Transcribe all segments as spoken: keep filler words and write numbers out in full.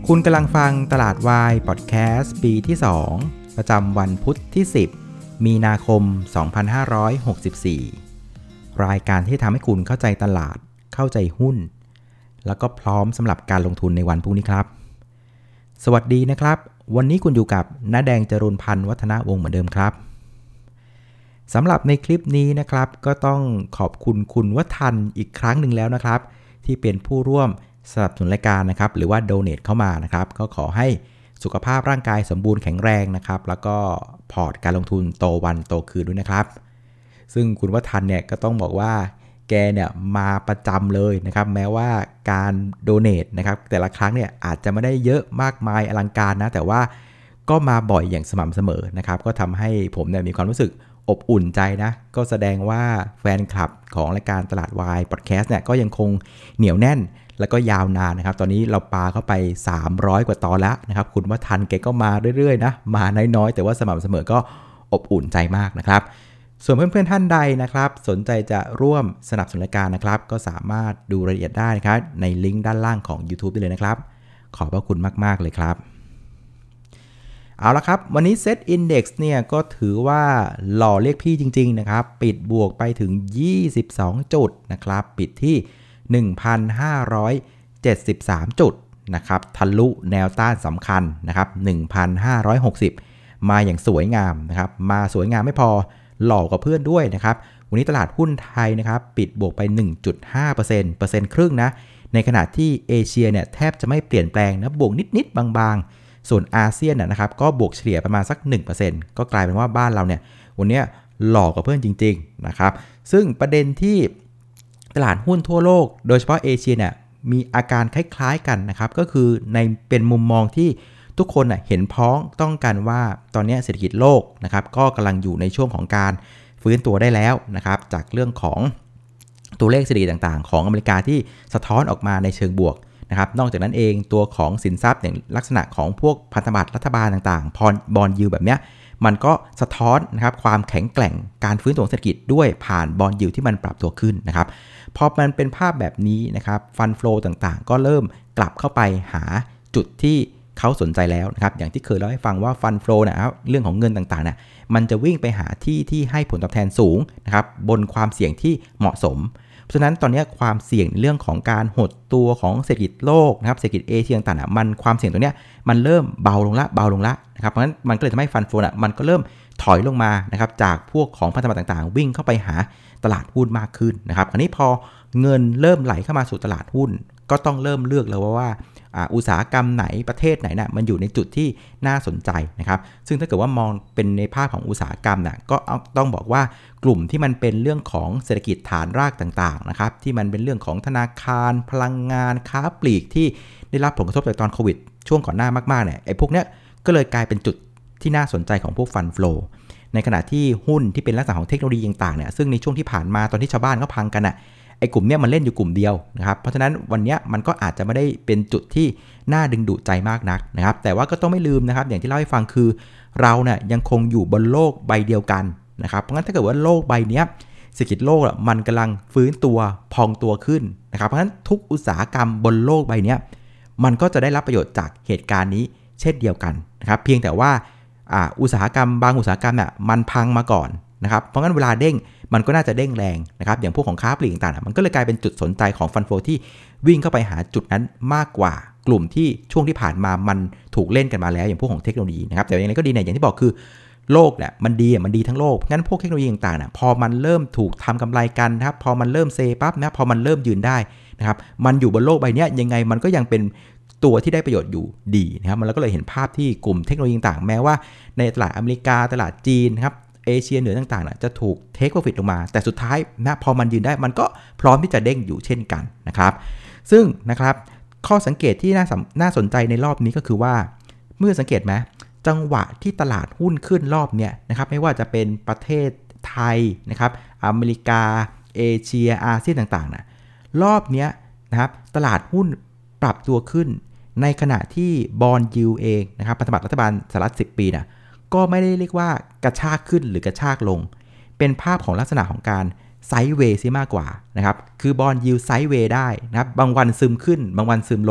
คุณกำลังฟังตลาดวายพอดแคสต์ปีที่สองประจำวันพุธที่สิบมีนาคมสองพันห้าร้อยหกสิบสี่รายการที่ทำให้คุณเข้าใจตลาดเข้าใจหุ้นแล้วก็พร้อมสำหรับการลงทุนในวันพรุ่งนี้ครับสวัสดีนะครับวันนี้คุณอยู่กับน้าแดงจรุนพันธ์วัฒนวงศ์เหมือนเดิมครับสำหรับในคลิปนี้นะครับก็ต้องขอบคุณคุณวทันอีกครั้งหนึ่งแล้วนะครับที่เป็นผู้ร่วมสนับสนุนรายการนะครับหรือว่าโดเนทเข้ามานะครับก็ขอให้สุขภาพร่างกายสมบูรณ์แข็งแรงนะครับแล้วก็พอร์ตการลงทุนโตวันโตคืนด้วยนะครับซึ่งคุณวทันเนี่ยก็ต้องบอกว่าแกเนี่ยมาประจำเลยนะครับแม้ว่าการโดเนทนะครับแต่ละครั้งเนี่ยอาจจะไม่ได้เยอะมากมายอลังการนะแต่ว่าก็มาบ่อยอย่างสม่ำเสมอนะครับก็ทำให้ผมเนี่ยมีความรู้สึกอบอุ่นใจนะก็แสดงว่าแฟนคลับของรายการตลาดวายพอดแคสต์เนี่ยก็ยังคงเหนียวแน่นแล้วก็ยาวนานนะครับตอนนี้เราปาเข้าไปสามร้อยกว่าตอนแล้วนะครับคุณว่าทันแกก็มาเรื่อยๆนะมาน้อยๆแต่ว่าสม่ำเสมอก็อบอุ่นใจมากนะครับส่วนเพื่อนๆท่านใดนะครับสนใจจะร่วมสนับสนุนรายการนะครับก็สามารถดูรายละเอียดได้นะครับในลิงก์ด้านล่างของ YouTube ได้เลยนะครับขอบพระคุณมากๆเลยครับเอาละครับวันนี้ Set Index เนี่ยก็ถือว่าหล่อเรียกพี่จริงๆนะครับปิดบวกไปถึงยี่สิบสองจุดนะครับปิดที่ หนึ่งพันห้าร้อยเจ็ดสิบสาม จุดนะครับทะลุแนวต้านสำคัญนะครับ หนึ่งพันห้าร้อยหกสิบ มาอย่างสวยงามนะครับมาสวยงามไม่พอหล่อกว่าเพื่อนด้วยนะครับวันนี้ตลาดหุ้นไทยนะครับปิดบวกไป หนึ่งจุดห้าเปอร์เซ็นต์ เปอร์เซ็นต์ครึ่งนะในขณะที่เอเชียเนี่ยแทบจะไม่เปลี่ยนแปลงนะบวกนิดๆบางๆส่วนอาเซียนนะครับก็บวกเฉลี่ยประมาณสัก หนึ่งเปอร์เซ็นต์ ก็กลายเป็นว่าบ้านเราเนี่ยวันนี้หล่อกว่าเพื่อนจริงๆนะครับซึ่งประเด็นที่ตลาดหุ้นทั่วโลกโดยเฉพาะเอเชียเนี่ยมีอาการคล้ายๆกันนะครับก็คือในเป็นมุมมองที่ทุกคนน่ะเห็นพ้องต้องกันว่าตอนนี้เศรษฐกิจโลกนะครับก็กำลังอยู่ในช่วงของการฟื้นตัวได้แล้วนะครับจากเรื่องของตัวเลขเศรษฐกิจต่างๆของอเมริกาที่สะท้อนออกมาในเชิงบวกนะครับนอกจากนั้นเองตัวของสินทรัพย์อย่างลักษณะของพวกพันธบัตรรัฐบาลต่างๆพรบอนด์ยิลด์แบบเนี้ยมันก็สะท้อนนะครับความแข็งแกร่งการฟื้นตัวของเศรษฐกิจด้วยผ่านบอนด์ยิลด์ที่มันปรับตัวขึ้นนะครับพอมันเป็นภาพแบบนี้นะครับฟันโฟลต่างๆก็เริ่มกลับเข้าไปหาจุดที่เขาสนใจแล้วนะครับอย่างที่เคยเล่าให้ฟังว่าฟันโฟลนะครับเรื่องของเงินต่างๆเนี่ยมันจะวิ่งไปหาที่ที่ให้ผลตอบแทนสูงนะครับบนความเสี่ยงที่เหมาะสมเพราะฉะนั้นตอนนี้ความเสี่ยงในเรื่องของการหดตัวของเศรษฐกิจโลกนะครับเศรษฐกิจเอเชียต่างๆมันความเสี่ยงตัวเนี้ยมันเริ่มเบาลงละเบาลงละนะครับเพราะฉะนั้นมันก็เลยทำให้ฟันโฟอ่ะมันก็เริ่มถอยลงมานะครับจากพวกของพันธบัตรต่างๆวิ่งเข้าไปหาตลาดหุ้นมากขึ้นนะครับอันนี้พอเงินเริ่มไหลเข้ามาสู่ตลาดหุ้นก็ต้องเริ่มเลือกแล้วว่าว่าอุตสาหกรรมไหนประเทศไหนน่ะมันอยู่ในจุดที่น่าสนใจนะครับซึ่งถ้าเกิดว่ามองเป็นในภาพของอุตสาหกรรมน่ะก็ต้องบอกว่ากลุ่มที่มันเป็นเรื่องของเศรษฐกิจฐานรากต่างๆนะครับที่มันเป็นเรื่องของธนาคารพลังงานค้าปลีกที่ได้รับผลกระทบจากตอนโควิดช่วงก่อนหน้ามากๆเนี่ยไอ้พวกเนี้ยก็เลยกลายเป็นจุดที่น่าสนใจของพวกฟันโฟลในขณะที่หุ้นที่เป็นลักษณะของเทคโนโลยีต่างๆเนี่ยซึ่งในช่วงที่ผ่านมาตอนที่ชาวบ้านเขาพังกันน่ะไอ้กลุ่มเนี้ยมันเล่นอยู่กลุ่มเดียวนะครับเพราะฉะนั้นวันนี้มันก็อาจจะไม่ได้เป็นจุดที่น่าดึงดูดใจมากนักนะครับแต่ว่าก็ต้องไม่ลืมนะครับอย่างที่เล่าให้ฟังคือเราเนี่ยยังคงอยู่บนโลกใบเดียวกันนะครับเพราะงั้นถ้าเกิดว่าโลกใบนี้เศรษฐกิจโลกมันกำลังฟื้นตัวพองตัวขึ้นนะครับเพราะฉะนั้นทุกอุตสาหกรรมบนโลกใบนี้มันก็จะได้รับประโยชน์จากเหตุการณ์นี้เช่นเดียวกันนะครับเพียงแต่ว่าอ่าอุตสาหกรรมบางอุตสาหกรรมเนี่ยมันพังมาก่อนนะครับเพราะงั้นเวลาเด้งมันก็น่าจะเด้งแรงนะครับอย่างพวกของค้าปลีกต่างๆมันก็เลยกลายเป็นจุดสนใจของฟันโฟที่วิ่งเข้าไปหาจุดนั้นมากกว่ากลุ่มที่ช่วงที่ผ่านมามันถูกเล่นกันมาแล้วอย่างพวกของเทคโนโลยีนะครับแต่อย่างไรก็ดีเนี่ยอย่างที่บอกคือโลกเนี่ยมันดีอ่ะมันดีทั้งโลกงั้นพวกเทคโนโลยีต่างๆน่ะพอมันเริ่มถูกทำกำไรกันนะครับพอมันเริ่มเซปั๊บนะพอมันเริ่มยืนได้นะครับมันอยู่บนโลกใบนี้ยังไงมันก็ยังเป็นตัวที่ได้ประโยชน์อยู่ดีนะครับมันก็เลยเห็นภาพที่กลุ่มเทคโนโลยีต่างๆแม้ว่าในตลาดอเมริกาตลาดจีนนะครับเอเชียเหนือต่างๆนะจะถูกเทคโปรฟิตลงมาแต่สุดท้ายนะพอมันยืนได้มันก็พร้อมที่จะเด้งอยู่เช่นกันนะครับซึ่งนะครับข้อสังเกตที่น่าน่าสนใจในรอบนี้ก็คือว่าเมื่อสังเกตไหมจังหวะที่ตลาดหุ้นขึ้นรอบเนี้ยนะครับไม่ว่าจะเป็นประเทศไทยนะครับอเมริกาเอเชียอาเซียนต่างๆนะรอบเนี้ยนะครับตลาดหุ้นปรับตัวขึ้นในขณะที่บอนด์ยิลด์เองนะครับพันธบัตรรัฐบาลสหรัฐสิบปีนะก็ไม่ได้เรียกว่ากระชากขึ้นหรือกระชากลงเป็นภาพของลักษณะของการไซด์เวย์ซิมากกว่านะครับคือบอนด์ยิลด์ไซด์เวย์ได้นะครับบางวันซึมขึ้นบางวันซึมลง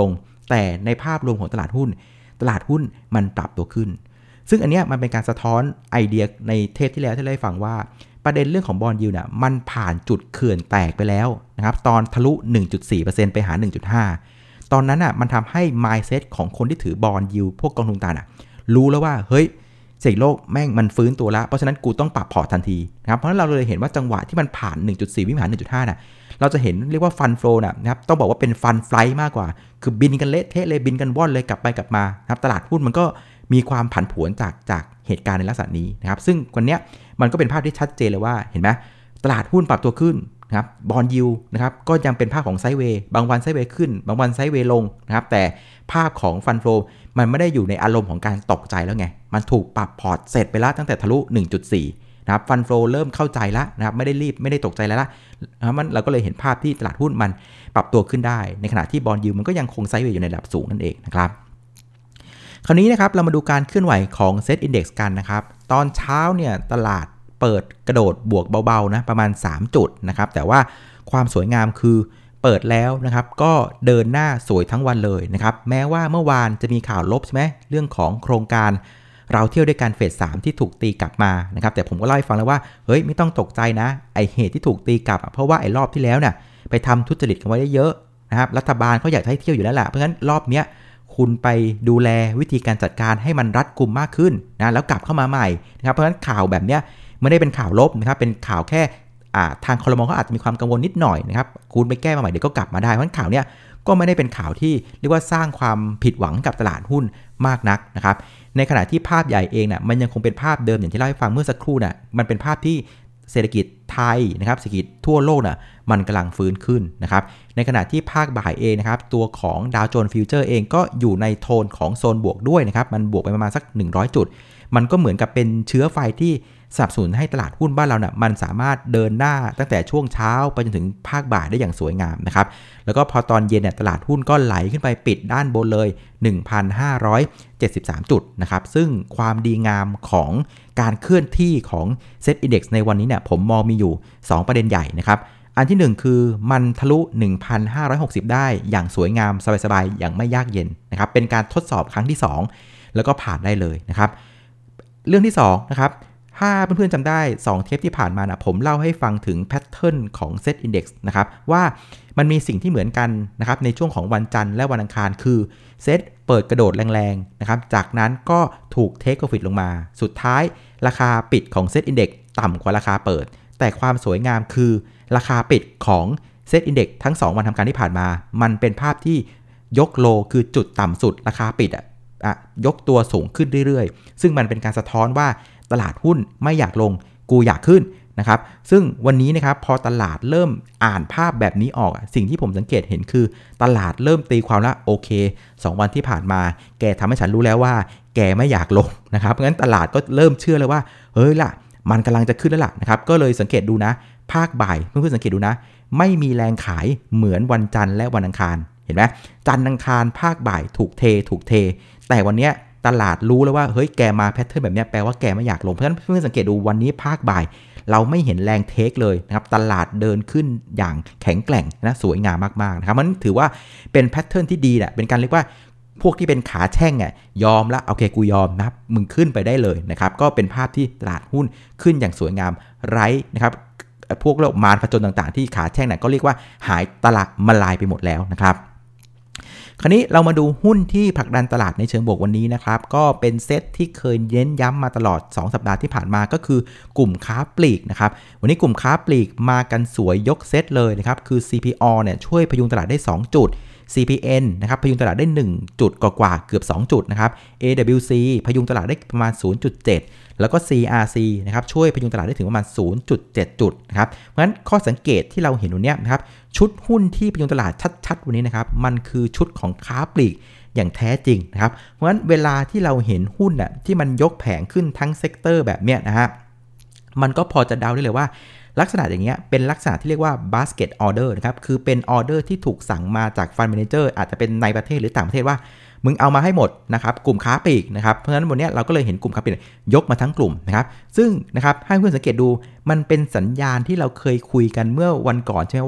แต่ในภาพรวมของตลาดหุ้นตลาดหุ้นมันปรับตัวขึ้นซึ่งอันเนี้ยมันเป็นการสะท้อนไอเดียในเทปที่แล้วที่ได้ฟังว่าประเด็นเรื่องของบอนด์ยิลด์น่ะมันผ่านจุดเขื่อนแตกไปแล้วนะครับตอนทะลุ หนึ่งจุดสี่เปอร์เซ็นต์ ไปหา หนึ่งจุดห้า ตอนนั้นน่ะมันทำให้ mindset ของคนที่ถือบอนด์ยิลด์พวกกองทุนต่างน่ะรู้แล้วว่าเฮ้ยเศรษฐกิจโลกแม่งมันฟื้นตัวแล้วเพราะฉะนั้นกูต้องปรับพอร์ตทันทีนะครับเพราะฉะนั้นเราเลยเห็นว่าจังหวะที่มันผ่าน หนึ่งจุดสี่ วิ่งผ่าน หนึ่งจุดห้า น่ะเราจะเห็นเรียกว่าฟันโฟลว์นะครับต้องบอกว่าเป็นฟันไฟล์มากกว่าคือบินกันเละเทะเลยบินกันว่อนเลยกลับไปกลับมานะครับตลาดหุ้นมันก็มีความผันผวนจากจากเหตุการณ์ในลักษณะนี้นะครับซึ่งวันนี้มันก็เป็นภาพที่ชัดเจนเลยว่าเห็นไหมตลาดหุ้นปรับตัวขึ้นนะครับบอนด์ยิลด์นะครับก็ยังเป็นภาพของไซด์เวย์บางวันไซด์เวย์ขึ้นบางวันไซด์เวย์ลงนะครับแต่ภาพของฟันโฟลว์มันไม่ได้อยู่ในอารมณ์ของการตกใจแล้วไงมันถูกปรับพอร์ตเสร็จไปแล้วตั้งแต่ทะลุ หนึ่งจุดสี่ นะครับฟันโฟลว์เริ่มเข้าใจแล้วนะครับไม่ได้รีบไม่ได้ตกใจแล้วละนะมันเราก็เลยเห็นภาพที่ตลาดหุ้นมันปรับตัวขึ้นได้ในขณะที่บอนด์ยิลด์มันก็ยังคงไซด์เวย์อยู่ในระดับสูงนั่นเองนะครับคราวนี้นะครับเรามาดูการเคลื่อนไหวของ เซ็ต Index กันนะครับตอนเช้าเนี่ยตลาดเปิดกระโดดบวกเบาๆนะประมาณสามจุดนะครับแต่ว่าความสวยงามคือเปิดแล้วนะครับก็เดินหน้าสวยทั้งวันเลยนะครับแม้ว่าเมื่อวานจะมีข่าวลบใช่ไหมเรื่องของโครงการเราเที่ยวด้วยกันเฟสสามที่ถูกตีกลับมานะครับแต่ผมก็เล่าให้ฟังแล้วว่าเฮ้ยไม่ต้องตกใจนะไอเหตุที่ถูกตีกลับเพราะว่าไอรอบที่แล้วเนี่ยไปทำทุจริตกันไว้ได้เยอะนะครับรัฐบาลเขาอยากให้เที่ยวอยู่แล้วแหละเพราะฉะนั้นรอบเนี้ยคุณไปดูแลวิธีการจัดการให้มันรัดกุมมากขึ้นนะแล้วกลับเข้ามาใหม่นะครับเพราะฉะนั้นข่าวแบบเนี้ยไม่ได้เป็นข่าวลบนะครับเป็นข่าวแค่ทางครม.เขาอาจจะมีความกังวลนิดหน่อยนะครับคุณไปแก้มาใหม่เดี๋ยวก็กลับมาได้เพราะฉะนั้นข่าวเนี้ยก็ไม่ได้เป็นข่าวที่เรียกว่าสร้างความผิดหวังกับตลาดหุ้นมากนักนะครับในขณะที่ภาพใหญ่เองน่ะมันยังคงเป็นภาพเดิมอย่างที่เล่าให้ฟังเมื่อสักครู่น่ะมันเป็นภาพที่เศรษฐกิจไทยนะครับเศรษฐกิจทั่วโลกน่ะมันกำลังฟื้นขึ้นนะครับในขณะที่ภาคบ่ายเองนะครับตัวของดาวโจนส์ฟิวเจอร์เองก็อยู่ในโทนของโซนบวกด้วยนะครับมันบวกไปประมาณสักหนึ่งร้อยจุดมันก็เหมือนกับเป็นเชื้อไฟที่สนับสนุนให้ตลาดหุ้นบ้านเราเนี่ยมันสามารถเดินหน้าตั้งแต่ช่วงเช้าไปจนถึงภาคบ่ายได้อย่างสวยงามนะครับแล้วก็พอตอนเย็นเนี่ยตลาดหุ้นก็ไหลขึ้นไปปิดด้านบนเลย หนึ่งพันห้าร้อยเจ็ดสิบสาม จุดนะครับซึ่งความดีงามของการเคลื่อนที่ของ เซ็ต Index ในวันนี้เนี่ยผมมองมีอยู่สองประเด็นใหญ่นะครับอันที่หนึ่งคือมันทะลุ หนึ่งพันห้าร้อยหกสิบ ได้อย่างสวยงามสบายๆอย่างไม่ยากเย็นนะครับเป็นการทดสอบครั้งที่สองแล้วก็ผ่านได้เลยนะครับเรื่องที่สองนะครับถ้าเพื่อนๆจำได้สองเทปที่ผ่านมานะผมเล่าให้ฟังถึงแพทเทิร์นของ เซ็ต Index นะครับว่ามันมีสิ่งที่เหมือนกันนะครับในช่วงของวันจันทร์และวันอังคารคือเซ็ตเปิดกระโดดแรงๆนะครับจากนั้นก็ถูกเทคโปรฟิตลงมาสุดท้ายราคาปิดของ เซ็ต Index ต่ำกว่าราคาเปิดแต่ความสวยงามคือราคาปิดของ เซ็ต Index ทั้งสองวันทำการที่ผ่านมามันเป็นภาพที่ยกโลคือจุดต่ำสุดราคาปิดอ่ะยกตัวสูงขึ้นเรื่อยๆซึ่งมันเป็นการสะท้อนว่าตลาดหุ้นไม่อยากลงกูอยากขึ้นนะครับซึ่งวันนี้นะครับพอตลาดเริ่มอ่านภาพแบบนี้ออกสิ่งที่ผมสังเกตเห็นคือตลาดเริ่มตีความแล้วโอเคสองวันที่ผ่านมาแกทำให้ฉันรู้แล้วว่าแกไม่อยากลงนะครับเพราะงั้นตลาดก็เริ่มเชื่อเลยว่าเฮ้ยล่ะมันกำลังจะขึ้นแล้วล่ะนะครับก็เลยสังเกตดูนะภาคบ่ายเพื่อนๆสังเกตดูนะไม่มีแรงขายเหมือนวันจันทร์และวันอังคารเห็นไหมจันทร์อังคารภาคบ่ายถูกเทถูกเทแต่วันนี้ตลาดรู้แล้วว่าเฮ้ยแกมาแพทเทิร์นแบบนี้แปลว่าแกไม่อยากลงเพราะฉะนั้นเพื่อนสังเกตดูวันนี้ภาคบ่ายเราไม่เห็นแรงเทคเลยนะครับตลาดเดินขึ้นอย่างแข็งแกร่งนะสวยงามมากๆนะครับมันถือว่าเป็นแพทเทิร์นที่ดีแหละเป็นการเรียกว่าพวกที่เป็นขาแช่งอ่ะยอมละโอเคกูยอมนะมึงขึ้นไปได้เลยนะครับก็เป็นภาพที่ตลาดหุ้นขึ้นอย่างสวยงามไร้นะครับพวกโลกมารผจญต่างๆที่ขาแช่งน่ะก็เรียกว่าหายตลาดมาลายไปหมดแล้วนะครับคราวนี้เรามาดูหุ้นที่ผลักดันตลาดในเชิงบวกวันนี้นะครับก็เป็นเซตที่เคยเน้นย้ำมาตลอดสองสัปดาห์ที่ผ่านมาก็คือกลุ่มค้าปลีกนะครับวันนี้กลุ่มค้าปลีกมากันสวยยกเซตเลยนะครับคือ ซี พี อ เนี่ยช่วยพยุงตลาดได้สองจุด ซี พี เอ็น นะครับพยุงตลาดได้หนึ่งจุดกว่าๆเกือบสองจุดนะครับ เอ ดับเบิลยู ซี พยุงตลาดได้ประมาณ ศูนย์จุดเจ็ด แล้วก็ ซี อาร์ ซี นะครับช่วยพยุงตลาดได้ถึงประมาณ ศูนย์จุดเจ็ด จุดนะครับเพราะฉะนั้นข้อสังเกตที่เราเห็นวันนี้นะครับชุดหุ้นที่พยุงตลาดชัดๆวันนี้นะครับมันคือชุดของค้าปลีกอย่างแท้จริงนะครับเพราะฉะนั้นเวลาที่เราเห็นหุ้นน่ะที่มันยกแผงขึ้นทั้งเซกเตอร์แบบเนี้ยนะฮะมันก็พอจะเดาได้เลยว่าลักษณะอย่างเงี้ยเป็นลักษณะที่เรียกว่า basket order นะครับคือเป็นออเดอร์ที่ถูกสั่งมาจาก fund manager อาจจะเป็นในประเทศหรือต่างประเทศว่ามึงเอามาให้หมดนะครับกลุ่มค้าปลีกนะครับเพราะฉะนั้นวันนี้เราก็เลยเห็นกลุ่มค้าปลีกยกมาทั้งกลุ่มนะครับซึ่งนะครับให้เพื่อนสังเกตดูมันเป็นสัญญาณที่เราเคยคุยกันเมื่อวันก่อนใช่ไหมว่า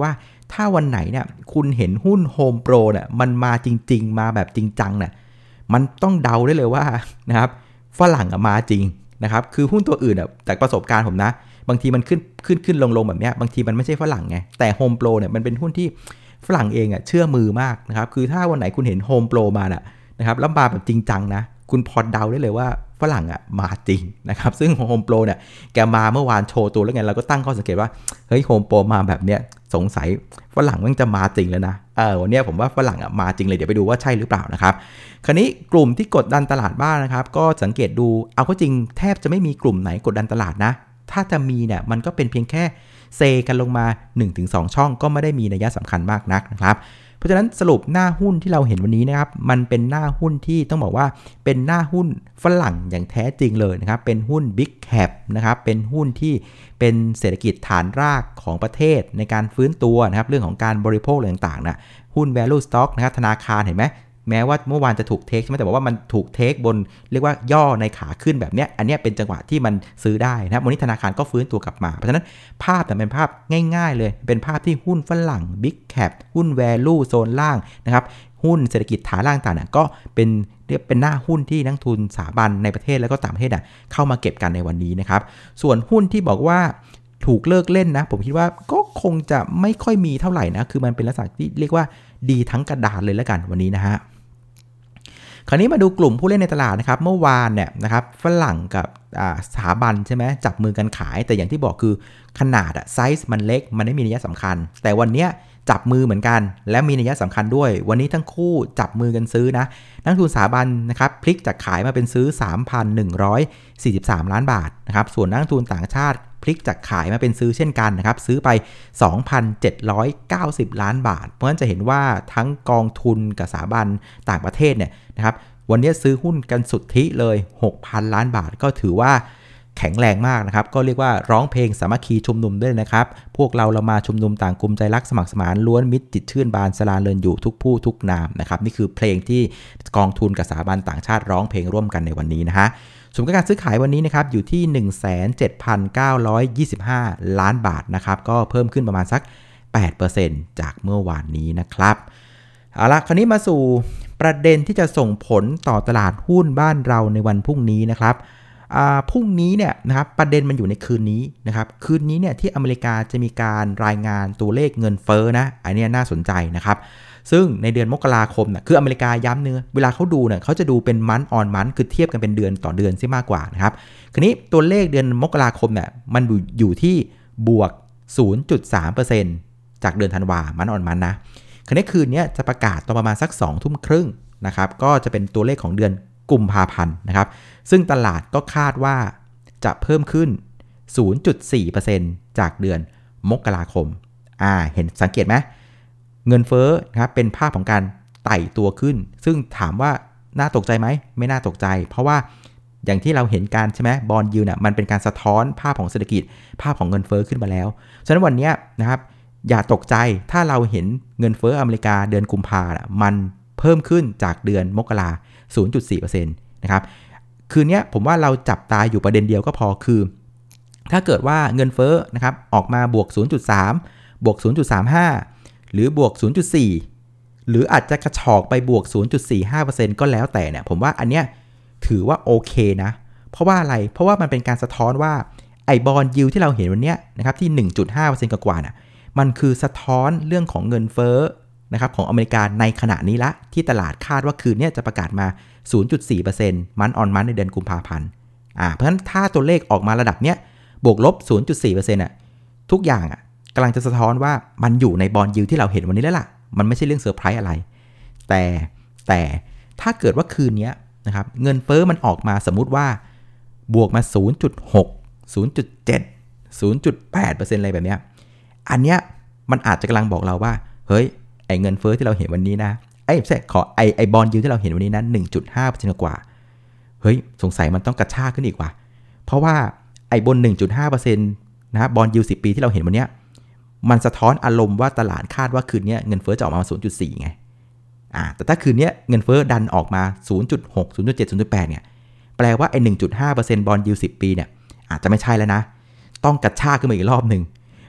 ถ้าวันไหนเนี่ยคุณเห็นหุ้น Home Pro เนี่ยมันมาจริงๆมาแบบจริงจังเนี่ยมันต้องเดาได้เลยว่านะครับฝรั่งมาจริงนะครับคือหุ้นตัวอื่นอ่ะจากประสบการณ์ผมนะบางทีมันขึ้นขึ้นขึ้นลงลงแบบเนี้ยบางทีมันไม่ใช่ฝรั่งไงแต่ Home Pro เนี่ยมันเป็นหุ้นที่ฝรั่งเองอ่ะเชื่อมือมากนะครับคือถ้าวันไหนคุณเห็น Home Pro มาน่ะนะครับแล้วมาแบบจริงจังนะคุณพอเดาได้เลยว่าฝรั่งอ่ะมาจริงนะครับซึ่ง Home Pro เนี่ยแกมาเมื่อวานโชว์ตัวแล้วไงเราก็ตั้งข้อสังเกตว่าเฮ้ย Home Pro มาแบบเนี้ยสงสัยฝรั่งมันจะมาจริงแล้วนะเออวันนี้ผมว่าฝรั่งอ่ะมาจริงเลยเดี๋ยวไปดูว่าใช่หรือเปล่านะครับคราวนี้กลุ่มที่กดดันตลาดบ้าง น, นะครับก็สังเกตดูเอาก็จริงแทบจะไม่มีกลุ่มไหนกดดันตลาดนะถ้าจะมีเนี่ยมันก็เป็นเพียงแค่เซกันลงมา หนึ่งถึงสอง ช่องก็ไม่ได้มีนัยสำคัญมากนักนะครับเพราะฉะนั้นสรุปหน้าหุ้นที่เราเห็นวันนี้นะครับมันเป็นหน้าหุ้นที่ต้องบอกว่าเป็นหน้าหุ้นฝรั่งอย่างแท้จริงเลยนะครับเป็นหุ้น Big Cap นะครับเป็นหุ้นที่เป็นเศรษฐกิจฐานรากของประเทศในการฟื้นตัวนะครับเรื่องของการบริโภคต่างๆนะหุ้น value stock นะครับธนาคารเห็นไหมแม้ว่าเมื่อวานจะถูกเทคใช่ไหมแต่ว่ามันถูกเทคบนเรียกว่าย่อในขาขึ้นแบบเนี้ยอันนี้เป็นจังหวะที่มันซื้อได้นะครับวันนี้ธนาคารก็ฟื้นตัวกลับมาเพราะฉะนั้นภาพแต่เป็นภาพง่ายๆเลยเป็นภาพที่หุ้นฝรั่ง Big Cap หุ้น value โซนล่างนะครับหุ้นเศรษฐกิจฐานล่างต่างๆก็เป็นเรียกเป็นหน้าหุ้นที่นักทุนสถาบันในประเทศแล้วก็ต่างประเทศเข้ามาเก็บกันในวันนี้นะครับส่วนหุ้นที่บอกว่าถูกเลิกเล่นนะผมคิดว่าก็คงจะไม่ค่อยมีเท่าไหร่นะคือมันเป็นลักษณะที่เรียกว่าดีทั้งกระดาษเลยแล้วกันวันนี้นะฮะคราวนี้มาดูกลุ่มผู้เล่นในตลาดนะครับเมื่อวานเนี่ยนะครับฝรั่งกับสถาบันใช่ไหมจับมือกันขายแต่อย่างที่บอกคือขนาดอะไซส์มันเล็กมันไม่มีนัยสำคัญแต่วันนี้จับมือเหมือนกันและมีนัยสำคัญด้วยวันนี้ทั้งคู่จับมือกันซื้อนะนักทุนสถาบันนะครับพลิกจากขายมาเป็นซื้อ สามพันหนึ่งร้อยสี่สิบสาม ล้านบาทนะครับส่วนนักทุนต่างชาติพลิกจากขายมาเป็นซื้อเช่นกันนะครับซื้อไป สองพันเจ็ดร้อยเก้าสิบ ล้านบาทเพราะฉะนั้นจะเห็นว่าทั้งกองทุนกับสถาบันต่างประเทศเนี่ยนะครับวันนี้ซื้อหุ้นกันสุทธิเลย หกพัน ล้านบาทก็ถือว่าแข็งแรงมากนะครับก็เรียกว่าร้องเพลงสามัคคีชุมนุมด้วยนะครับพวกเราเรามาชุมนุมต่างกลุ่มใจรักสมัครสมานล้วนมิตรจิตชื่นบานสลาเลินอยู่ทุกผู้ทุกนามนะครับนี่คือเพลงที่กองทุนกับสถาบันต่างชาติร้องเพลงร่วมกันในวันนี้นะฮะส่วนการซื้อขายวันนี้นะครับอยู่ที่ หนึ่งแสนเจ็ดพันเก้าร้อยยี่สิบห้า ล้านบาทนะครับก็เพิ่มขึ้นประมาณสัก แปดเปอร์เซ็นต์ จากเมื่อวานนี้นะครับเอาละคราวนี้มาสู่ประเด็นที่จะส่งผลต่อตลาดหุ้นบ้านเราในวันพรุ่งนี้นะครับพรุ่งนี้เนี่ยนะครับประเด็นมันอยู่ในคืนนี้นะครับคืนนี้เนี่ยที่อเมริกาจะมีการรายงานตัวเลขเงินเฟ้อนะอันนี้น่าสนใจนะครับซึ่งในเดือนมกราคมนะคืออเมริกาย้ำเนื้อเวลาเขาดูเนี่ยเขาจะดูเป็นมันออนมันคือเทียบกันเป็นเดือนต่อเดือนซะมากกว่านะครับคืนนี้ตัวเลขเดือนมกราคมเนี่ยมันอยู่ที่บวก ศูนย์จุดสามเปอร์เซ็นต์ จากเดือนธันวามันออนมันนะคืนนี้คืนนี้จะประกาศตอนประมาณสักสองทุ่มครึ่งนะครับก็จะเป็นตัวเลขของเดือนกุมภาพันธ์นะครับซึ่งตลาดก็คาดว่าจะเพิ่มขึ้น ศูนย์จุดสี่เปอร์เซ็นต์ จากเดือนมกราคมอ่าเห็นสังเกตไหมเงินเฟ้อนะครับเป็นภาพของการไต่ตัวขึ้นซึ่งถามว่าน่าตกใจไหมไม่น่าตกใจเพราะว่าอย่างที่เราเห็นการใช่ไหมบอนด์ยิลด์น่ะมันเป็นการสะท้อนภาพของเศรษฐกิจภาพของเงินเฟ้อขึ้นมาแล้วฉะนั้นวันนี้นะครับอย่าตกใจถ้าเราเห็นเงินเฟ้ออเมริกาเดือนกุมภาพันธ์มันเพิ่มขึ้นจากเดือนมกรา ศูนย์จุดสี่เปอร์เซ็นต์ นะครับคืนนี้ผมว่าเราจับตาอยู่ประเด็นเดียวก็พอคือถ้าเกิดว่าเงินเฟ้อนะครับออกมาบวก ศูนย์จุดสาม บวก ศูนย์จุดสามห้า หรือบวก ศูนย์จุดสี่ หรืออาจจะกระฉอกไปบวก ศูนย์จุดสี่ห้าเปอร์เซ็นต์ ก็แล้วแต่เนี่ยผมว่าอันเนี้ยถือว่าโอเคนะเพราะว่าอะไรเพราะว่ามันเป็นการสะท้อนว่าไอ้บอนด์ยิลด์ที่เราเห็นวันเนี้ยนะครับที่ หนึ่งจุดห้าเปอร์เซ็นต์ กว่าๆน่ะมันคือสะท้อนเรื่องของเงินเฟ้อนะครับของอเมริกาในขณะนี้ละที่ตลาดคาดว่าคืนนี้จะประกาศมา ศูนย์จุดสี่เปอร์เซ็นต์ มันออนมันในเดือนกุมภาพันธ์อ่าเพราะฉะนั้นถ้าตัวเลขออกมาระดับเนี้ยบวกลบ ศูนย์จุดสี่เปอร์เซ็นต์ อ่ะทุกอย่างอ่ะกำลังจะสะท้อนว่ามันอยู่ในบอนด์ยิลด์ที่เราเห็นวันนี้แล้วล่ะมันไม่ใช่เรื่องเซอร์ไพรส์อะไรแต่แต่ถ้าเกิดว่าคืนนี้นะครับเงินเฟ้อมันออกมาสมมุติว่าบวกมา ศูนย์จุดหก ศูนย์จุดเจ็ด ศูนย์จุดแปดเปอร์เซ็นต์ อะไรแบบเนี้ยอันเนี้ยมันอาจจะกำลังบอกเราว่าเฮ้ยไอ้เงินเฟ้อที่เราเห็นวันนี้นะไอ้ใช่ขอไอ้ไอ้บอนด์ยิลด์ที่เราเห็นวันนี้นะ หนึ่งจุดห้าเปอร์เซ็นต์ กว่าเฮ้ยสงสัยมันต้องกระชากขึ้นอีกว่ะเพราะว่าไอ้บน หนึ่งจุดห้าเปอร์เซ็นต์ นะบอนด์ยิลด์สิบปีที่เราเห็นวันเนี้ยมันสะท้อนอารมณ์ว่าตลาดคาดว่าคืนนี้เงินเฟ้อจะออกมา ศูนย์จุดสี่ ไงอ่าแต่ถ้าคืนนี้เงินเฟ้อดันออกมา ศูนย์จุดหก ศูนย์จุดเจ็ด ศูนย์จุดแปด เนี่ยแปลว่าไอ้ หนึ่งจุดห้าเปอร์เซ็นต์ บอนด์ยิลด์สิบปีเนี่ยอาจจะไม่ใช่แล้วนะต้องกระชากขึ้นมาอีกรอบนึง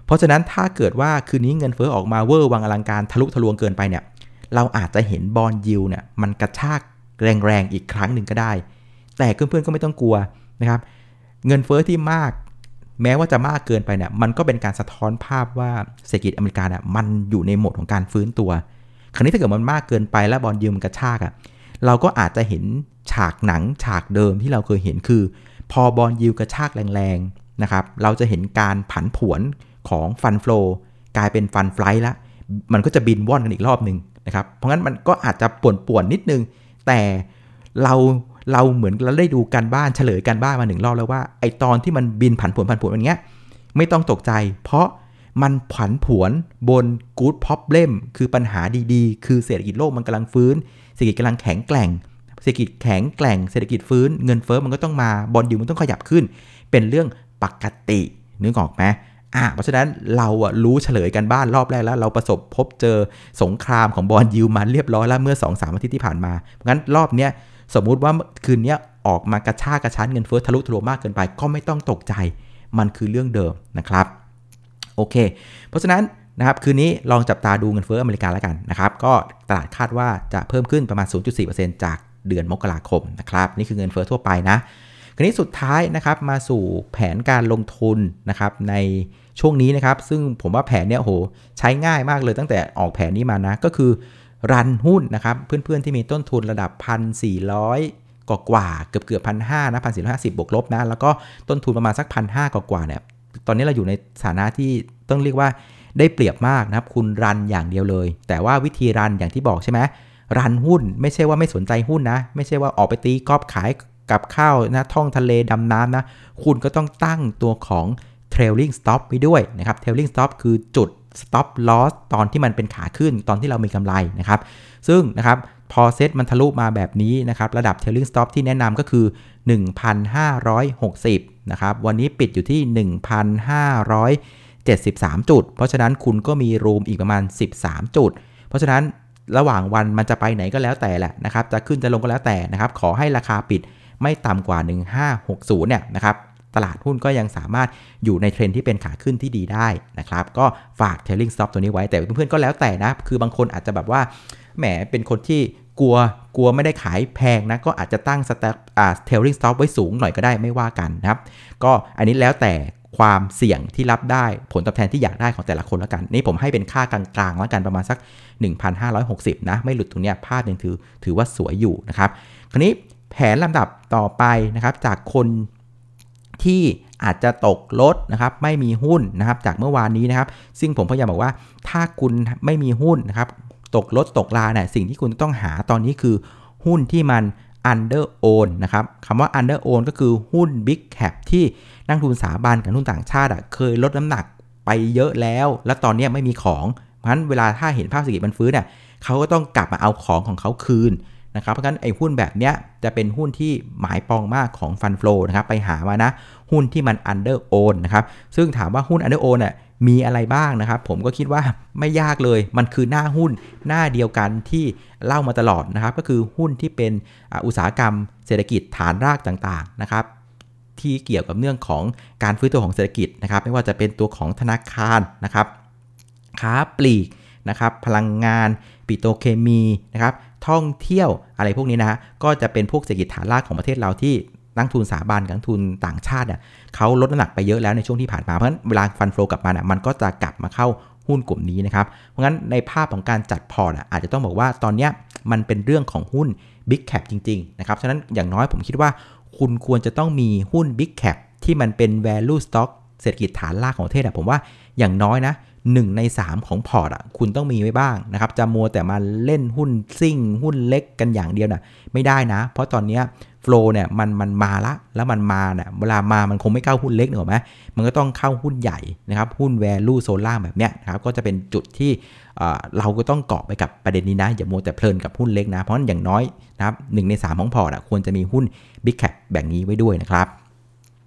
เพราะฉะนั้นถ้าเกิดว่าคืนนี้เงินเฟ้อออกมาเวอร์วังอลังการทะลุทะลวงเกินไปเนี่ยเราอาจจะเห็นบอนด์ยิลด์เนี่ยมันกระชากแรงๆอีกครั้งหนึ่งก็ได้แต่เพื่อนๆก็ไม่ต้องกลัวนะครับเงินเฟ้อที่มากแม้ว่าจะมากเกินไปเนี่ยมันก็เป็นการสะท้อนภาพว่าเศรษฐกิจอเมริกาเนี่ยมันอยู่ในโหมดของการฟื้นตัวคราวนี้ถ้าเกิดมันมากเกินไปแล้วบอนด์ยิลด์มันกระชากอ่ะเราก็อาจจะเห็นฉากหนังฉากเดิมที่เราเคยเห็นคือพอบอนด์ยิลด์กระชากแรงๆนะครับเราจะเห็นการผันผวนของฟันโฟลกลายเป็นฟันไฟล์ละมันก็จะบินว่อนกันอีกรอบนึงนะครับเพราะงั้นมันก็อาจจะป่วนๆนิดนึงแต่เราเราเหมือนเราได้ดูการบ้านเฉลยการบ้านมาหนึ่งรอบแล้วว่าไอตอนที่มันบินผันผวนผันผวนอย่างเงี้ยไม่ต้องตกใจเพราะมันผันผวนบน good problem คือปัญหาดีๆคือเศรษฐกิจโลกมันกำลังฟื้นเศรษฐกิจกำลังแข็งแกร่งเศรษฐกิจแข็งแกร่งเศรษฐกิจฟื้นเงินเฟ้อมันก็ต้องมาบอนด์ยิลด์มันต้องขยับขึ้นเป็นเรื่องปกตินึกออกไหมอ่ะเพราะฉะนั้นเราอ่ะรู้เฉลยกันบ้านรอบแรกแล้วเราประสบพบเจอสงครามของบอนด์ยิลด์มาเรียบร้อยแล้วเมื่อ สองถึงสาม อาทิตย์ที่ผ่านมางั้นรอบเนี้ยสมมุติว่าคืนนี้ออกมากระชากกระชั้นเงินเฟ้อทะลุทะลวงมากเกินไปก็ไม่ต้องตกใจมันคือเรื่องเดิมนะครับโอเคเพราะฉะนั้นนะครับคืนนี้ลองจับตาดูเงินเฟ้ออเมริกาแล้วกันนะครับก็ตลาดคาดว่าจะเพิ่มขึ้นประมาณ ศูนย์จุดสี่เปอร์เซ็นต์ จากเดือนมกราคมนะครับนี่คือเงินเฟ้อทั่วไปนะคืนนี้สุดท้ายนะครับมาสู่แผนการลงทุนนะครับในช่วงนี้นะครับซึ่งผมว่าแผนเนี้ยโหใช้ง่ายมากเลยตั้งแต่ออกแผนนี้มานะก็คือรันหุ้นนะครับเพื่อนๆที่มีต้นทุนระดับ หนึ่งพันสี่ร้อย กว่ากว่าเกือบเกือบ หนึ่งพันห้าร้อย นะ หนึ่งพันสี่ร้อยห้าสิบ บวกลบนะแล้วก็ต้นทุนประมาณสัก หนึ่งพันห้าร้อย กว่ากว่าเนี่ยตอนนี้เราอยู่ในฐานะที่ต้องเรียกว่าได้เปรียบมากนะครับคุณรันอย่างเดียวเลยแต่ว่าวิธีรันอย่างที่บอกใช่ไหมรันหุ้นไม่ใช่ว่าไม่สนใจหุ้นนะไม่ใช่ว่าออกไปตีกอล์ฟขายกับข้าวนะท่องทะเลดำน้ำนะคุณก็ต้องตั้งตัวของ trailing stop ไว้ด้วยนะครับ trailing stop คือจุด stop loss ตอนที่มันเป็นขาขึ้นตอนที่เรามีกำไรนะครับซึ่งนะครับพอเซ็ตมันทะลุมาแบบนี้นะครับระดับ trailing stop ที่แนะนำก็คือ หนึ่งพันห้าร้อยหกสิบ นะครับวันนี้ปิดอยู่ที่ หนึ่งพันห้าร้อยเจ็ดสิบสาม จุดเพราะฉะนั้นคุณก็มีรูมอีกประมาณสิบสามจุดเพราะฉะนั้นระหว่างวันมันจะไปไหนก็แล้วแต่แหละนะครับจะขึ้นจะลงก็แล้วแต่นะครับขอให้ราคาปิดไม่ต่ำกว่าหนึ่งพันห้าร้อยหกสิบเนี่ยนะครับตลาดหุ้นก็ยังสามารถอยู่ในเทรนด์ที่เป็นขาขึ้นที่ดีได้นะครับก็ฝาก trailing stop ตัวนี้ไว้แต่เพื่อนๆก็แล้วแต่นะคือบางคนอาจจะแบบว่าแหมเป็นคนที่กลัวกลัวไม่ได้ขายแพงนะก็อาจจะตั้ง stop อ่า trailing stop ไว้สูงหน่อยก็ได้ไม่ว่ากันนะครับก็อันนี้แล้วแต่ความเสี่ยงที่รับได้ผลตอบแทนที่อยากได้ของแต่ละคนแล้วกันนี่ผมให้เป็นค่ากลางๆแล้วกันประมาณสัก หนึ่งพันห้าร้อยหกสิบ นะไม่หลุดตรงเนี้ยภาพยังถือถือว่าสวยอยู่นะครับคราวนี้แผนลำดับต่อไปนะครับจากคนที่อาจจะตกลดนะครับไม่มีหุ้นนะครับจากเมื่อวานนี้นะครับซึ่งผมพยายามบอกว่าถ้าคุณไม่มีหุ้นนะครับตกลดตกลาเนี่ยสิ่งที่คุณต้องหาตอนนี้คือหุ้นที่มัน under own นะครับคำว่า under own ก็คือหุ้น big cap ที่นักทุนสถาบันกับนักทุนต่างชาติอ่ะเคยลดน้ำหนักไปเยอะแล้วและตอนนี้ไม่มีของเพราะฉะนั้นเวลาถ้าเห็นภาพเศรษฐกิจมันฟื้นเนี่ยเขาก็ต้องกลับมาเอาของของเขาคืนนะครับเพราะฉะนั้นไอ้หุ้นแบบเนี้ยจะเป็นหุ้นที่หมายปองมากของฟันโฟลนะครับไปหามานะหุ้นที่มัน under own นะครับซึ่งถามว่าหุ้น under own น่ะมีอะไรบ้างนะครับผมก็คิดว่าไม่ยากเลยมันคือหน้าหุ้นหน้าเดียวกันที่เล่ามาตลอดนะครับก็คือหุ้นที่เป็นอุตสาหกรรมเศรษฐกิจฐานรากต่างๆนะครับที่เกี่ยวกับเรื่องของการฟื้นตัวของเศรษฐกิจนะครับไม่ว่าจะเป็นตัวของธนาคารนะครับค้าปลีกนะครับพลังงานปิโตรเคมีนะครับท่องเที่ยวอะไรพวกนี้นะฮะก็จะเป็นพวกเศรษฐกิจฐานรากของประเทศเราที่นักทุนสถาบันกับนักทุนต่างชาติเนี่ยเขาลดน้ำหนักไปเยอะแล้วในช่วงที่ผ่านมาเพราะฉะนั้นเวลาฟันโฟลกลับมาเนี่ยมันก็จะกลับมาเข้าหุ้นกลุ่มนี้นะครับเพราะงั้นในภาพของการจัดพอร์ตอ่ะอาจจะต้องบอกว่าตอนนี้มันเป็นเรื่องของหุ้น Big Cap จริงๆนะครับฉะนั้นอย่างน้อยผมคิดว่าคุณควรจะต้องมีหุ้น Big Cap ที่มันเป็น value stock เศรษฐกิจฐานรากของประเทศอ่ะผมว่าอย่างน้อยนะหนึ่งในสามของพอร์ตอ่ะคุณต้องมีไว้บ้างนะครับจะมัวแต่มาเล่นหุ้นซิ่งหุ้นเล็กกันอย่างเดียวน่ะไม่ได้นะเพราะตอนนี้โฟลว์เนี่ยมันมันมาละแล้วมันมาเนี่ยเวลามามันคงไม่เข้าหุ้นเล็กหรอกไหมมันก็ต้องเข้าหุ้นใหญ่นะครับหุ้น value โซล่าแบบเนี้ยนะครับก็จะเป็นจุดที่เราก็ต้องเกาะไปกับประเด็นนี้นะอย่ามัวแต่เพลินกับหุ้นเล็กนะเพราะอย่างน้อยนะครับหนึ่งในสามของพอร์ตอ่ะควรจะมีหุ้น Big Cap แบ่งนี้ไว้ด้วยนะครับ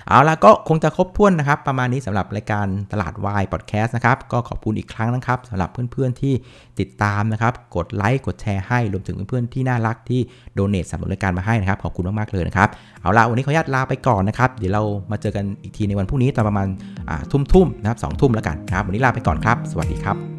เอาละก็คงจะครบถ้วนนะครับประมาณนี้สำหรับรายการตลาดวายพอดแคสต์นะครับก็ขอบคุณอีกครั้งนะครับสำหรับเพื่อนๆที่ติดตามนะครับกดไลค์กดแชร์ให้รวมถึงเพื่อนๆที่น่ารักที่โดเนทสนับสนุนรายการมาให้นะครับขอบคุณมากๆเลยนะครับเอาละวันนี้ขออนุญาตลาไปก่อนนะครับเดี๋ยวเรามาเจอกันอีกทีในวันพรุ่งนี้ตอนประมาณทุ่มๆนะครับสองทุ่มแล้วกันนะครับวันนี้ลาไปก่อนครับสวัสดีครับ